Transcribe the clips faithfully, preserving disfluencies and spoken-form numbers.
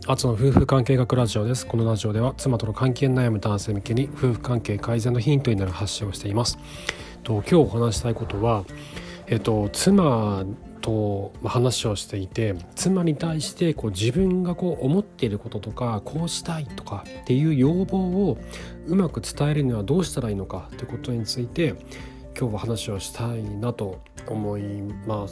アツの夫婦関係学ラジオです。このラジオでは妻との関係に悩む男性向けに夫婦関係改善のヒントになる発信をしています。と今日お話したいことは、えっと、妻と話をしていて、妻に対してこう自分がこう思っていることとか、こうしたいとかっていう要望をうまく伝えるにはどうしたらいいのかということについて今日は話をしたいなと思います。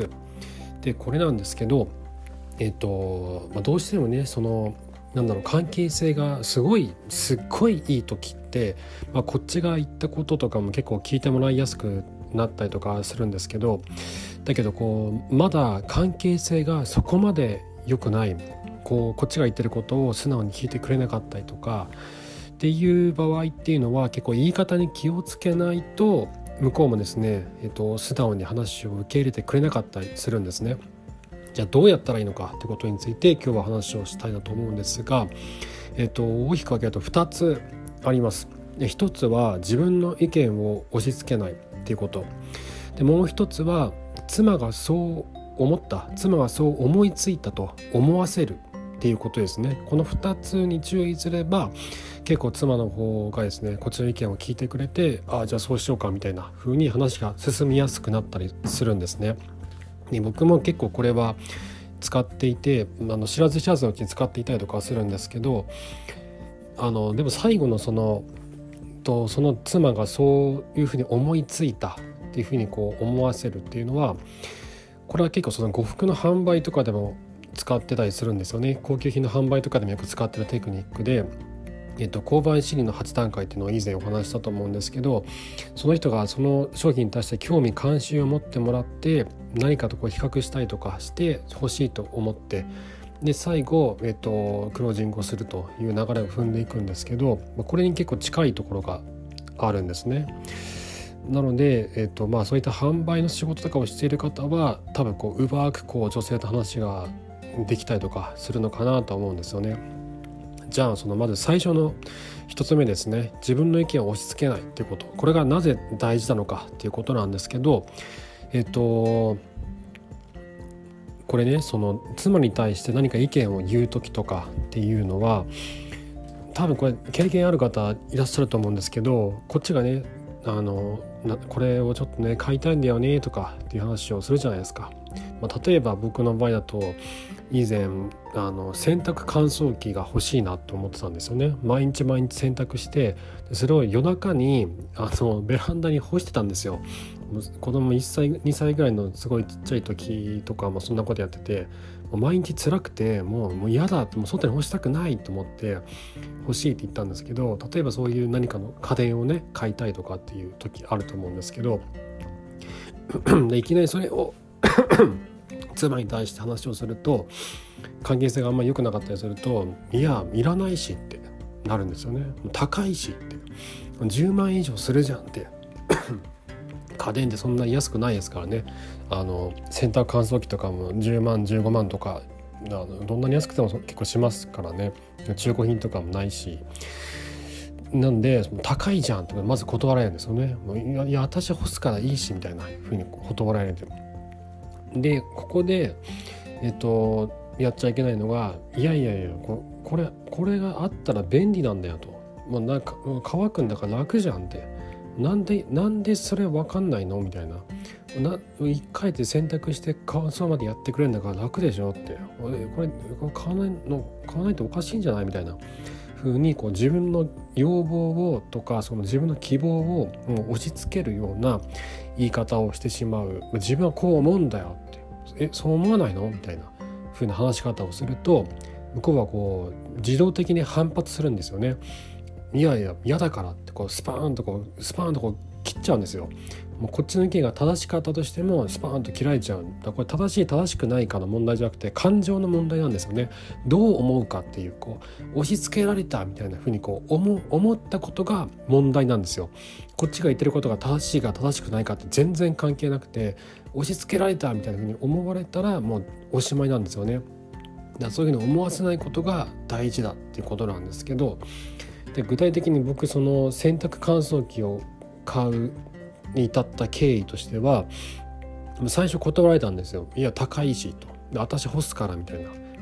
でこれなんですけど、えっとまあ、どうしてもねそのなんだろう関係性がすごいすっごいいい時って、まあ、こっちが言ったこととかも結構聞いてもらいやすくなったりとかするんですけど、だけどこうまだ関係性がそこまで良くない、こうこっちが言ってることを素直に聞いてくれなかったりとかっていう場合っていうのは、結構言い方に気をつけないと向こうもですね、えっと、素直に話を受け入れてくれなかったりするんですね。じゃあどうやったらいいのかということについて今日は話をしたいなと思うんですが、えっと、大きく分けるとふたつあります。でひとつは自分の意見を押し付けないっていうこと。でもう一つは妻がそう思った妻がそう思いついたと思わせるっていうことですね。このふたつに注意すれば結構妻の方がですねこっちの意見を聞いてくれて、ああじゃあそうしようかみたいな風に話が進みやすくなったりするんですね。で僕も結構これは使っていて、あの知らず知らずのうちに使っていたりとかするんですけど、あのでも最後のそのとその妻がそういうふうに思いついたっていうふうにこう思わせるっていうのは、これは結構その呉服の販売とかでも使ってたりするんですよね。高級品の販売とかでもよく使ってるテクニックで、えっと、購買心理のはち段階っていうのを以前お話したと思うんですけど、その人がその商品に対して興味関心を持ってもらって何かとこう比較したりとかして欲しいと思って、で最後、えっと、クロージングをするという流れを踏んでいくんですけど、これに結構近いところがあるんですね。なので、えっとまあ、そういった販売の仕事とかをしている方は多分こううまくこう女性と話ができたりとかするのかなと思うんですよね。じゃあそのまず最初の一つ目ですね、自分の意見を押し付けないっていうこと、これがなぜ大事なのかっていうことなんですけど、えっとこれね、その妻に対して何か意見を言う時とかっていうのは、多分これ経験ある方いらっしゃると思うんですけど、こっちがねあのなこれをちょっとね買いたいんだよねとかっていう話をするじゃないですか。まあ、例えば僕の場合だと以前あの洗濯乾燥機が欲しいなと思ってたんですよね。毎日毎日洗濯してそれを夜中にあのベランダに干してたんですよ。子供いっさいにさいぐらいのすごいちっちゃい時とかもそんなことやってて、もう毎日辛くてもうもう嫌だって、もう外に干したくないと思って欲しいって言ったんですけど、例えばそういう何かの家電をね買いたいとかっていう時あると思うんですけどでいきなりそれを妻に対して話をすると関係性があんまり良くなかったりすると、いやいらないしってなるんですよね。高いしってじゅうまんえん以上するじゃんって家電ってそんなに安くないですからね。あの洗濯乾燥機とかもじゅうまんじゅうごまんとか、あのどんなに安くても結構しますからね。中古品とかもないし、なんで高いじゃんってまず断られるんですよね。もういや、いや私干すからいいしみたいな風に断られて、でここでえっとやっちゃいけないのが、いやいやいやここれこれがあったら便利なんだよと、もうなんか乾くんだから楽じゃんって、なんでなんでそれ分かんないのみたいな、な一回で洗濯して乾燥までやってくれるんだから楽でしょって、これこれ買わないの買わないとおかしいんじゃないみたいな風にこう自分の要望をとかその自分の希望をもう押し付けるような言い方をしてしまう。自分はこう思うんだよって、えそう思わないのみたいな風な話し方をすると、向こうはこう自動的に反発するんですよね。いやいや嫌だからってこうスパーンとこうスパーンとこう切っちゃうんですよ。もうこっちの意見が正しかったとしてもスパーンと切られちゃう。だからこれ正しい正しくないかの問題じゃなくて感情の問題なんですよね。どう思うかっていう、こう押し付けられたみたいな風にこう 思, 思ったことが問題なんですよ。こっちが言ってることが正しいか正しくないかって全然関係なくて、押し付けられたみたいな風に思われたらもうおしまいなんですよね。だからそういうふうに思わせないことが大事だっていうことなんですけど、で具体的に僕その洗濯乾燥機を買うに至った経緯としては、最初断られたんですよ。いや高いしと、で私干すからみたいな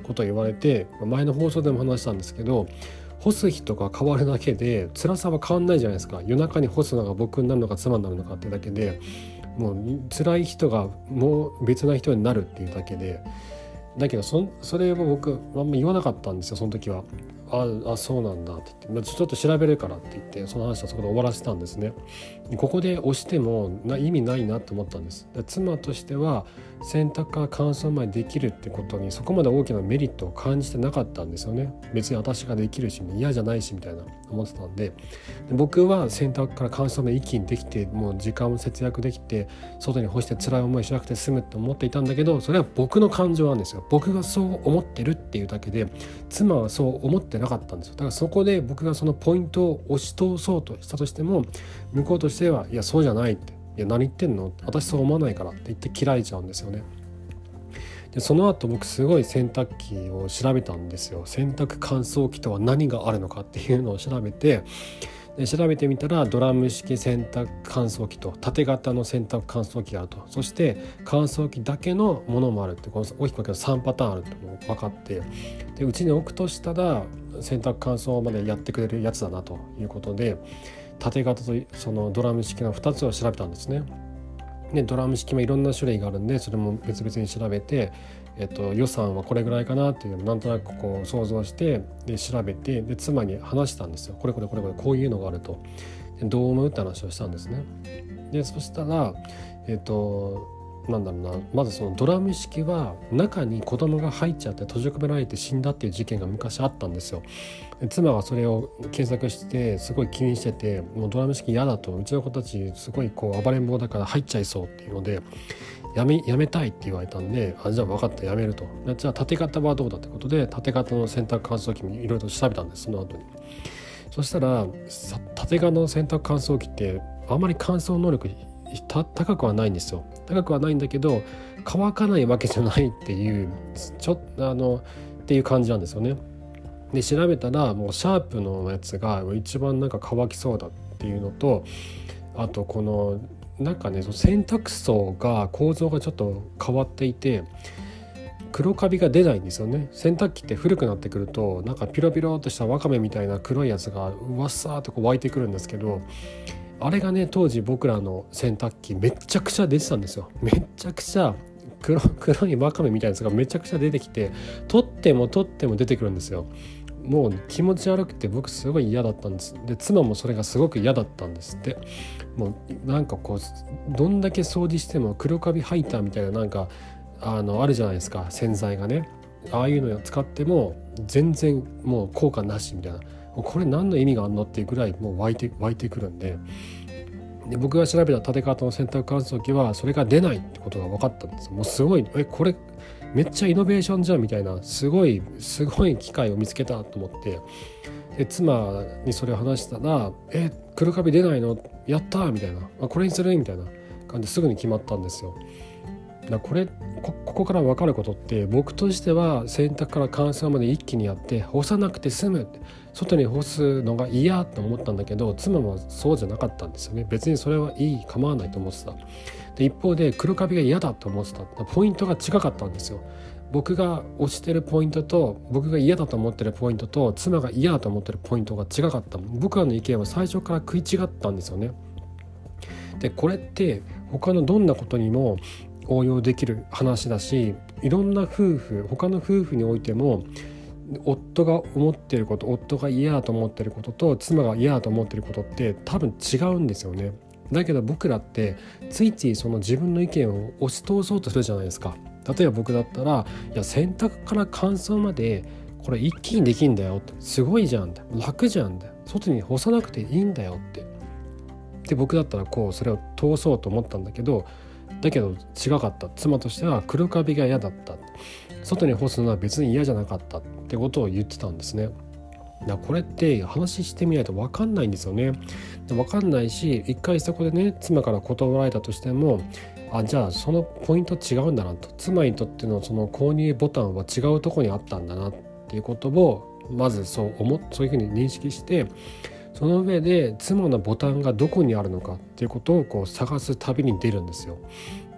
ことを言われて、前の放送でも話したんですけど、干す人が変わるだけで辛さは変わんないじゃないですか。夜中に干すのが僕になるのか妻になるのかっていうだけで、もう辛い人がもう別な人になるっていうだけで、だけど そ, それを僕あんま言わなかったんですよ、その時は。ああそうなんだって言って、まあ、ちょっと調べるからって言って、その話はそこで終わらせたんですね。ここで押してもな意味ないなと思ったんです。で妻としては洗濯から乾燥までできるってことにそこまで大きなメリットを感じてなかったんですよね。別に私ができるし嫌じゃないしみたいな思ってたんで、で僕は洗濯から乾燥まで一気にできて、もう時間を節約できて外に干して辛い思いしなくて済むって思っていたんだけど、それは僕の感情なんですよ。僕がそう思ってるっていうだけで、妻はそう思ってなかったんですよ。だからそこで僕がそのポイントを押し通そうとしたとしても、向こうとしてはいやそうじゃないって、いや何言ってんの、私そう思わないからって言って切られちゃうんですよね。でその後僕すごい洗濯機を調べたんですよ。洗濯乾燥機とは何があるのかっていうのを調べて、で調べてみたらドラム式洗濯乾燥機と縦型の洗濯乾燥機があると、そして乾燥機だけのものもあるって、この大きく分けるとさんパターンあるって分かって、でうちに置くとしたら洗濯乾燥までやってくれるやつだなということで、縦型とそのドラム式のふたつを調べたんですね。でドラム式もいろんな種類があるんで、それも別々に調べて、えっと、予算はこれぐらいかなっていうのをなんとなくこう想像して、で調べて、で妻に話したんですよ。これこれこれこれこういうのがあると、でどう思うって話をしたんですね。でそしたらえっとなんだろうな、まずそのドラム式は中に子供が入っちゃって閉じ込められて死んだっていう事件が昔あったんですよ。で妻がそれを検索してすごい気にしてて、もうドラム式嫌だと、うちの子たちすごいこう暴れん坊だから入っちゃいそうっていうのでやめ、やめたいって言われたんで、あじゃあ分かったやめると。じゃあ縦型はどうだってことで縦型の洗濯乾燥機もいろいろと調べたんです、その後に。そしたら縦型の洗濯乾燥機ってあんまり乾燥能力高くはないんですよ。高くはないんだけど乾かないわけじゃないっていうちょあのっていう感じなんですよね。で調べたらもうシャープのやつが一番なんか乾きそうだっていうのと、あとこのなんかね洗濯槽が構造がちょっと変わっていて黒カビが出ないんですよね。洗濯機って古くなってくるとなんかピロピロっとしたワカメみたいな黒いやつがわっさーっとこう湧いてくるんですけど、あれがね当時僕らの洗濯機めちゃくちゃ出てたんですよ。めちゃくちゃ 黒, 黒いワカメみたいなやつがめちゃくちゃ出てきて、取っても取っても出てくるんですよ。もう気持ち悪くて僕すごい嫌だったんです。で妻もそれがすごく嫌だったんですって。もうなんかこうどんだけ掃除しても黒カビハイターみたいななんかあのあるじゃないですか、洗剤がね。ああいうのを使っても全然もう効果なしみたいな、これ何の意味があるのっていうぐらいもう湧いて湧いてくるんで、で僕が調べた縦型の洗濯乾燥機はそれが出ないってことが分かったんです。もうすごいえこれめっちゃイノベーションじゃんみたいな、すごいすごい機械を見つけたと思って、で妻にそれを話したらえ黒カビ出ないのやったーみたいな、あこれにするみたいな感じですぐに決まったんですよ。だこれ こ, ここから分かることって、僕としては洗濯から乾燥まで一気にやって干さなくて済むって、外に干すのが嫌って思ったんだけど、妻はそうじゃなかったんですよね。別にそれはいい構わないと思ってた。で一方で黒カビが嫌だと思ってた。ポイントが違かったんですよ。僕が推してるポイントと僕が嫌だと思ってるポイントと妻が嫌だと思ってるポイントが違かった。僕らの意見は最初から食い違ったんですよね。でこれって他のどんなことにも応用できる話だし、いろんな夫婦他の夫婦においても夫が思っていること、夫が嫌だと思っていることと妻が嫌だと思っていることって多分違うんですよね。だけど僕らってついついその自分の意見を押し通そうとするじゃないですか。例えば僕だったらいや洗濯から乾燥までこれ一気にできんだよって、すごいじゃんって、楽じゃんって、外に干さなくていいんだよってで僕だったらこうそれを通そうと思ったんだけど、だけど違かった。妻としては黒カビが嫌だった、外に干すのは別に嫌じゃなかったってことを言ってたんですね。だこれって話してみないと分かんないんですよね。分かんないし、一回そこでね妻から断られたとしても、あじゃあそのポイント違うんだなと、妻にとってのその購入ボタンは違うところにあったんだなっていうことをまずそう思っそういうふうに認識して、その上で妻のボタンがどこにあるのかっていうことをこう探す旅に出るんですよ。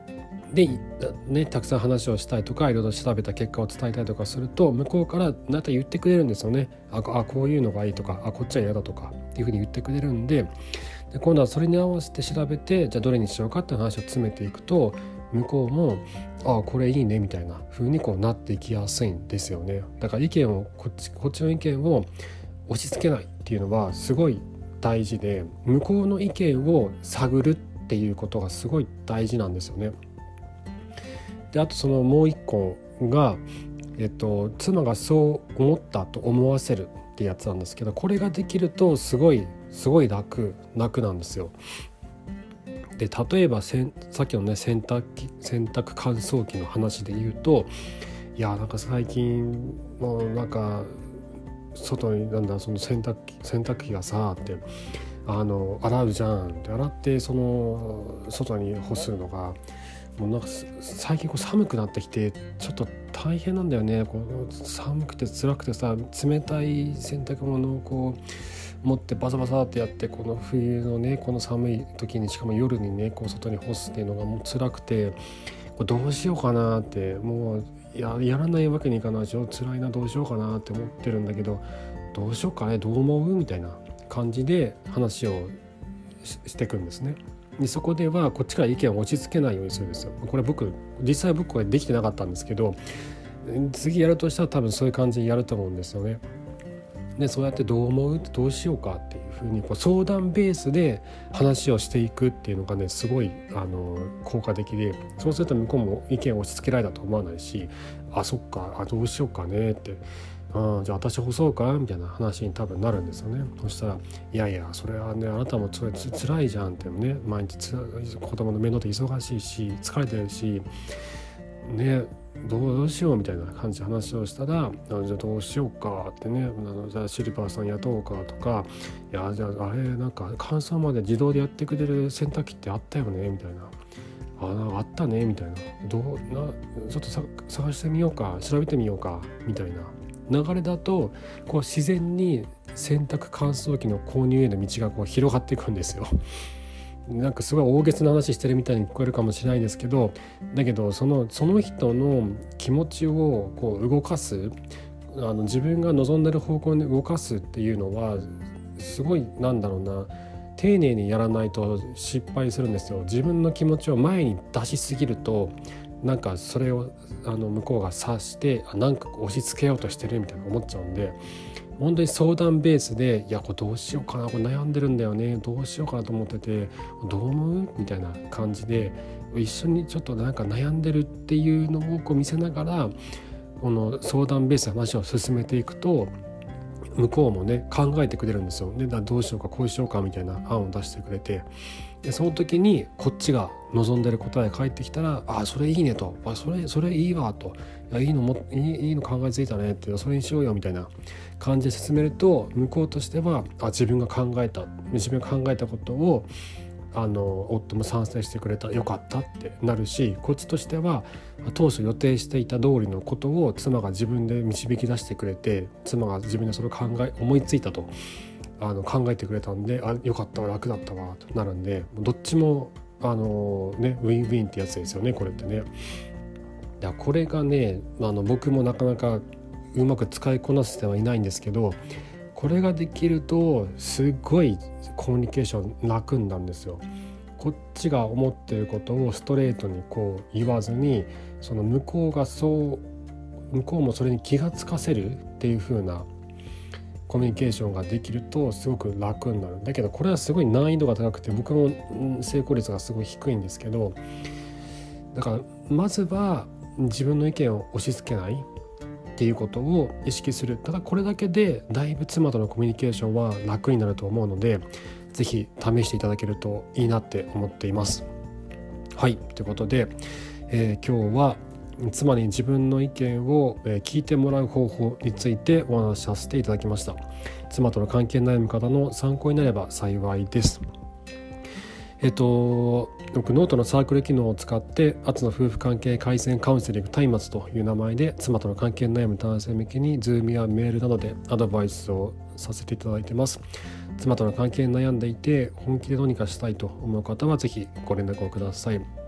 で、ね、たくさん話をしたいとかいろいろ調べた結果を伝えたりとかすると、向こうからまた言ってくれるんですよね。ああこういうのがいいとか、あこっちは嫌だとかっていうふうに言ってくれるんで、で今度はそれに合わせて調べて、じゃあどれにしようかって話を詰めていくと、向こうもあこれいいねみたいな風にこうなっていきやすいんですよね。だから意見をこっちこっちの意見を押し付けないっていうのはすごい大事で、向こうの意見を探るっていうことがすごい大事なんですよね。であとそのもう一個が、えっと、妻がそう思ったと思わせるってやつなんですけど、これができるとすごいすごい楽楽なんですよ。で例えばせんさっきのね洗濯機洗濯乾燥機の話で言うと、いやなんか最近もうなんか外になんだその洗濯機洗濯機がさってあの洗うじゃんって洗ってその外に干すのがもうなんか最近こう寒くなってきてちょっと大変なんだよね。こう寒くて辛くてさ、冷たい洗濯物をこう持ってバサバサってやって、この冬のねこの寒い時にしかも夜にねこう外に干すっていうのがもう辛くて、これどうしようかなってもう や, やらないわけにいかないし、辛いなどうしようかなって思ってるんだけど、どうしようかねどう思うみたいな感じで話を し, していくんですね。でそこではこっちから意見を押し付けないようにするんですよ。これ僕実際僕はできてなかったんですけど、次やるとしたら多分そういう感じでやると思うんですよね。でそうやってどう思うどうしようかっていう風にこう相談ベースで話をしていくっていうのがねすごいあの効果的で、そうすると向こうも意見を押し付けられたと思わないし、あそっかあどうしようかねって、あじゃあ私干そうかみたいな話に多分なるんですよね。そしたらいやいやそれはねあなたもそれつ辛いじゃんってね、毎日つ子供の面倒で忙しいし疲れてるしねどうしようみたいな感じで話をしたら、じゃあどうしようかってね、あのじゃあシルバーさん雇おうかとか、いやじゃああれなんか乾燥まで自動でやってくれる洗濯機ってあったよねみたいな、あなんかあったねみたいな、どうなちょっとさ探してみようか調べてみようかみたいな流れだと、こう自然に洗濯乾燥機の購入への道がこう広がっていくんですよ。なんかすごい大げさな話してるみたいに聞こえるかもしれないですけど、だけどそのその人の気持ちをこう動かす、あの自分が望んでる方向に動かすっていうのはすごいなんだろうな、丁寧にやらないと失敗するんですよ。自分の気持ちを前に出しすぎると、なんかそれをあの向こうが察して、あなんか押し付けようとしてるみたいな思っちゃうんで、本当に相談ベースで、いやこれどうしようかな、これ悩んでるんだよね、どうしようかなと思ってて、どう思うみたいな感じで一緒にちょっとなんか悩んでるっていうのをこう見せながら、この相談ベースで話を進めていくと、向こうもね考えてくれるんですよ。でだどうしようかこうしようかみたいな案を出してくれて、でその時にこっちが望んでる答えが返ってきたら、あそれいいねと、あそれそれいいわと、いやいいのもいい、いいの考えついたねって、それにしようよみたいな感じで進めると、向こうとしてはあ自分が考えた自分が考えたことをあの夫も賛成してくれた、よかったってなるし、こっちとしては当初予定していた通りのことを妻が自分で導き出してくれて、妻が自分でそれを考え思いついたとあの考えてくれたんで、あよかったわ楽だったわとなるんで、どっちもあの、ね、ウィンウィンってやつですよねこれってね。いやこれがねあの僕もなかなかうまく使いこなせてはいないんですけど、これができるとすっごいコミュニケーション楽になるんですよ。こっちが思っていることをストレートにこう言わずに、その向こうがそう向こうもそれに気がつかせるっていう風なコミュニケーションができるとすごく楽になる。だけどこれはすごい難易度が高くて、僕も成功率がすごい低いんですけど、だからまずは自分の意見を押し付けないっていうことを意識する。ただこれだけでだいぶ妻とのコミュニケーションは楽になると思うので、ぜひ試していただけるといいなって思っています。はいということで、えー、今日は妻に自分の意見を聞いてもらう方法についてお話しさせていただきました。妻との関係悩む方の参考になれば幸いです。えっと僕ノートのサークル機能を使ってアツの夫婦関係改善カウンセリング松明という名前で妻との関係悩む男性向けに Zoom やメールなどでアドバイスをさせていただいています。妻との関係に悩んでいて本気でどうにかしたいと思う方はぜひご連絡をください。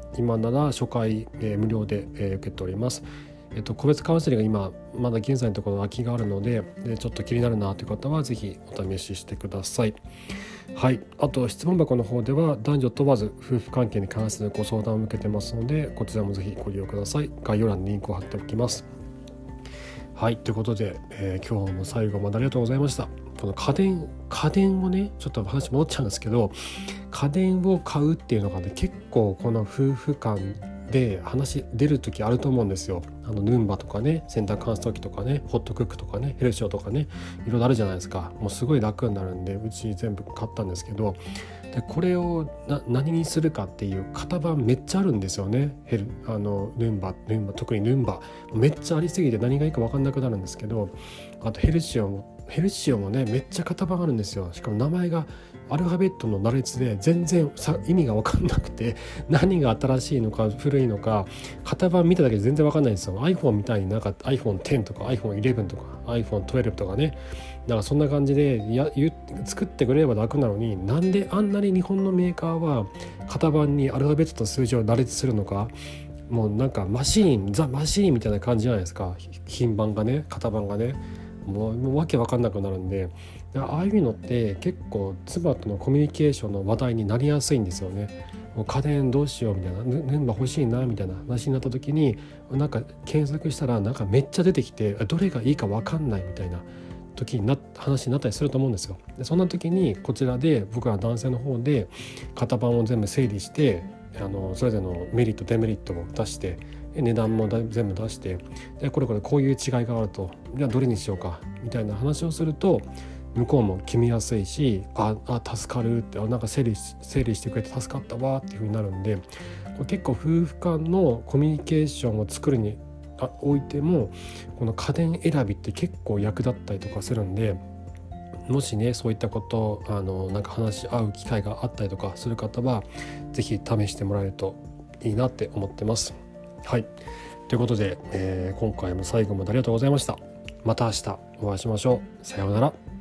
今なら初回、えー、無料で、えー、受けております。えっと、個別カウンセリング今まだ現在のところ空きがあるので、でちょっと気になるなという方はぜひお試ししてください。はい、あと質問箱の方では男女問わず夫婦関係に関するご相談を受けてますので、こちらもぜひご利用ください。概要欄にリンクを貼っておきます。はい、ということで、えー、今日も最後までありがとうございました。この家電家電をね、ちょっと話戻っちゃうんですけど、家電を買うっていうのがね、結構この夫婦間で話出る時あると思うんですよ。あのルンバとかね、洗濯乾燥機とかね、ホットクックとかね、ヘルシオとかね、いろいろあるじゃないですか。もうすごい楽になるんで、うち全部買ったんですけど、でこれをな何にするかっていう型番めっちゃあるんですよね。ヘルあのルンバルンバ特にルンバめっちゃありすぎて何がいいか分かんなくなるんですけど、あとヘルシオもヘルシオもねめっちゃ型番あるんですよ。しかも名前がアルファベットの羅列で全然さ意味が分かんなくて、何が新しいのか古いのか型番見ただけで全然分かんないんですよ。 iPhone みたいになんか アイフォンテン とか アイフォンイレブン とか アイフォントゥエルブ とかね、だからそんな感じでや作ってくれれば楽なのに、なんであんなに日本のメーカーは型番にアルファベットと数字を羅列するのか。もうなんかマシーンザ・マシーンみたいな感じじゃないですか。品番がね、型番がね、もう、もうわけわかんなくなるんで、ああいうのって結構妻とのコミュニケーションの話題になりやすいんですよね。もう家電どうしようみたいな、ルンバ欲しいなみたいな話になった時に、なんか検索したらなんかめっちゃ出てきて、どれがいいかわかんないみたいな時にな話になったりすると思うんですよ。でそんな時にこちらで僕は男性の方で型番を全部整理して、あのそれぞれのメリットデメリットを出して、値段も全部出して、でこれこれこういう違いがあると、じゃあどれにしようかみたいな話をすると、向こうも決めやすいし、ああ助かるって、あなんか整理整理してくれて助かったわっていう風になるんで、これ結構夫婦間のコミュニケーションを作るにおいてもこの家電選びって結構役立ったりとかするんで、もしねそういったことあのなんか話し合う機会があったりとかする方はぜひ試してもらえるといいなって思ってます。はい、ということで、えー、今回も最後までありがとうございました。また明日お会いしましょう。さようなら。